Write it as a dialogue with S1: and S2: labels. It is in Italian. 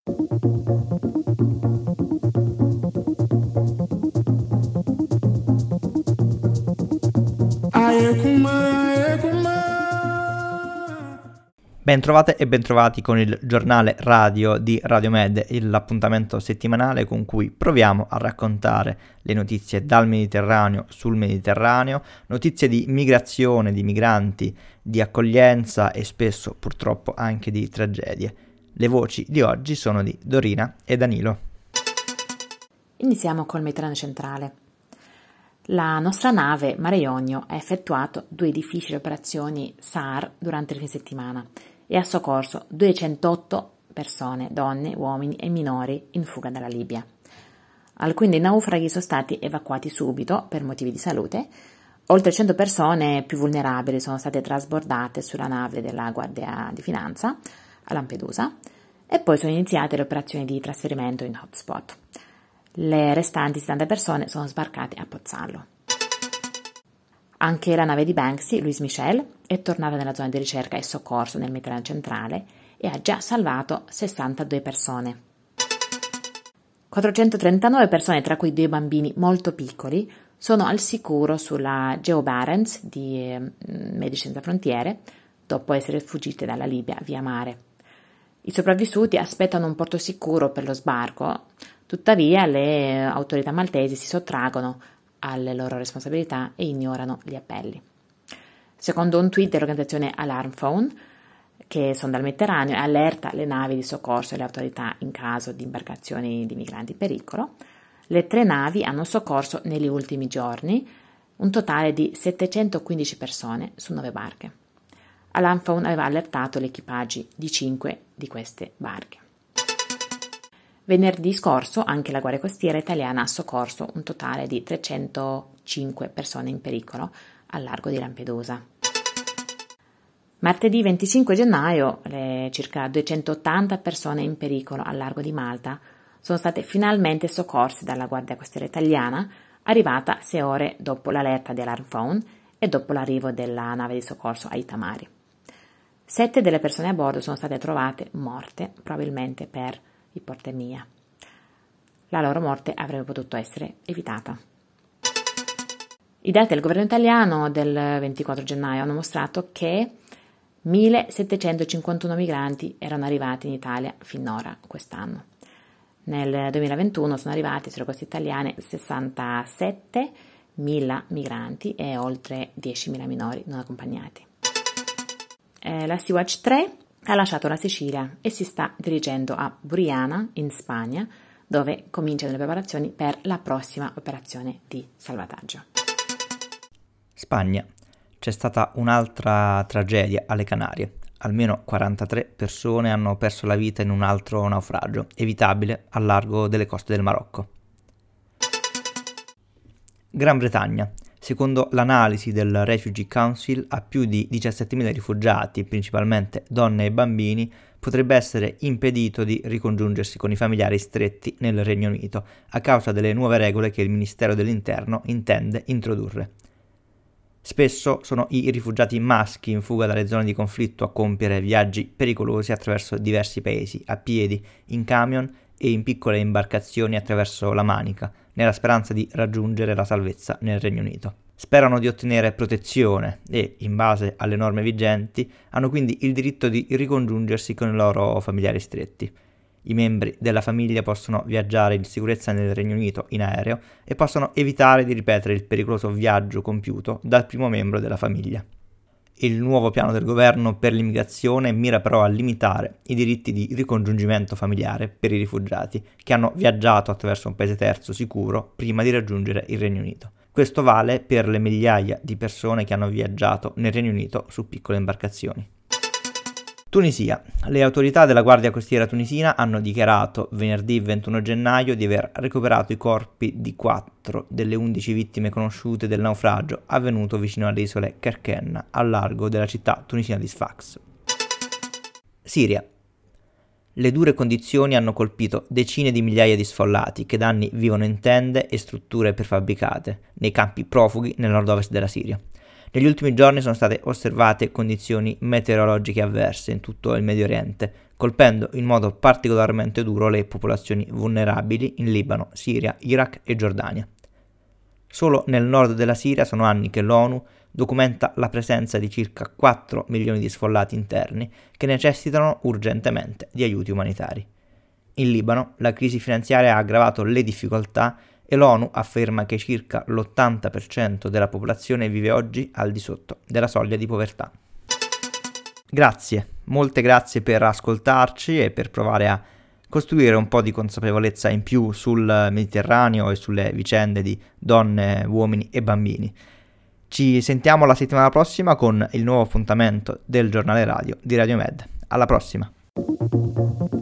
S1: Bentrovate e bentrovati con il giornale radio di Radio Med, l'appuntamento settimanale con cui proviamo a raccontare le notizie dal Mediterraneo sul Mediterraneo, notizie di migrazione, di migranti, di accoglienza e spesso purtroppo anche di tragedie. Le voci di oggi sono di Dorina e Danilo.
S2: Iniziamo col Mediterraneo centrale. La nostra nave Mare Jonio ha effettuato 2 difficili operazioni SAR durante il fine settimana e ha soccorso 208 persone, donne, uomini e minori in fuga dalla Libia. Alcuni dei naufraghi sono stati evacuati subito per motivi di salute. Oltre 100 persone più vulnerabili sono state trasbordate sulla nave della Guardia di Finanza a Lampedusa e poi sono iniziate le operazioni di trasferimento in hotspot. Le restanti 70 persone sono sbarcate a Pozzallo. Anche la nave di Banksy, Louis Michel, è tornata nella zona di ricerca e soccorso nel Mediterraneo centrale e ha già salvato 62 persone. 439 persone, tra cui 2 bambini molto piccoli, sono al sicuro sulla Geo Barents di Medici Senza Frontiere, dopo essere fuggite dalla Libia via mare. I sopravvissuti aspettano un porto sicuro per lo sbarco, tuttavia le autorità maltesi si sottraggono alle loro responsabilità e ignorano gli appelli. Secondo un tweet dell'organizzazione Alarm Phone, che sonda il Mediterraneo e allerta le navi di soccorso e le autorità in caso di imbarcazioni di migranti in pericolo, le 3 navi hanno soccorso negli ultimi giorni un totale di 715 persone su 9 barche. Alarm Phone aveva allertato gli equipaggi di 5 di queste barche. Venerdì scorso anche la Guardia Costiera italiana ha soccorso un totale di 305 persone in pericolo al largo di Lampedusa. Martedì 25 gennaio le circa 280 persone in pericolo al largo di Malta sono state finalmente soccorse dalla Guardia Costiera italiana, arrivata 6 ore dopo l'allerta di Alarm Phone e dopo l'arrivo della nave di soccorso a Itamari. 7 delle persone a bordo sono state trovate morte, probabilmente per ipotermia. La loro morte avrebbe potuto essere evitata. I dati del governo italiano del 24 gennaio hanno mostrato che 1.751 migranti erano arrivati in Italia finora quest'anno. Nel 2021 sono arrivati sulle coste italiane 67.000 migranti e oltre 10.000 minori non accompagnati. La Sea-Watch 3 ha lasciato la Sicilia e si sta dirigendo a Buriana, in Spagna, dove cominciano le preparazioni per la prossima operazione di salvataggio.
S1: Spagna. C'è stata un'altra tragedia alle Canarie. Almeno 43 persone hanno perso la vita in un altro naufragio, evitabile al largo delle coste del Marocco. Gran Bretagna. Secondo l'analisi del Refugee Council, a più di 17.000 rifugiati, principalmente donne e bambini, potrebbe essere impedito di ricongiungersi con i familiari stretti nel Regno Unito a causa delle nuove regole che il Ministero dell'Interno intende introdurre. Spesso sono i rifugiati maschi in fuga dalle zone di conflitto a compiere viaggi pericolosi attraverso diversi paesi, a piedi, in camion e in piccole imbarcazioni attraverso la Manica, nella speranza di raggiungere la salvezza nel Regno Unito. Sperano di ottenere protezione e, in base alle norme vigenti, hanno quindi il diritto di ricongiungersi con i loro familiari stretti. I membri della famiglia possono viaggiare in sicurezza nel Regno Unito in aereo e possono evitare di ripetere il pericoloso viaggio compiuto dal primo membro della famiglia. Il nuovo piano del governo per l'immigrazione mira però a limitare i diritti di ricongiungimento familiare per i rifugiati che hanno viaggiato attraverso un paese terzo sicuro prima di raggiungere il Regno Unito. Questo vale per le migliaia di persone che hanno viaggiato nel Regno Unito su piccole imbarcazioni. Tunisia. Le autorità della Guardia Costiera tunisina hanno dichiarato venerdì 21 gennaio di aver recuperato i corpi di 4 delle 11 vittime conosciute del naufragio avvenuto vicino alle isole Kerken, al largo della città tunisina di Sfax. Siria. Le dure condizioni hanno colpito decine di migliaia di sfollati che da anni vivono in tende e strutture prefabbricate nei campi profughi nel nord-ovest della Siria. Negli ultimi giorni sono state osservate condizioni meteorologiche avverse in tutto il Medio Oriente, colpendo in modo particolarmente duro le popolazioni vulnerabili in Libano, Siria, Iraq e Giordania. Solo nel nord della Siria sono anni che l'ONU documenta la presenza di circa 4 milioni di sfollati interni che necessitano urgentemente di aiuti umanitari. In Libano la crisi finanziaria ha aggravato le difficoltà e l'ONU afferma che circa l'80% della popolazione vive oggi al di sotto della soglia di povertà. Grazie, molte grazie per ascoltarci e per provare a costruire un po' di consapevolezza in più sul Mediterraneo e sulle vicende di donne, uomini e bambini. Ci sentiamo la settimana prossima con il nuovo appuntamento del giornale radio di Radio Med. Alla prossima!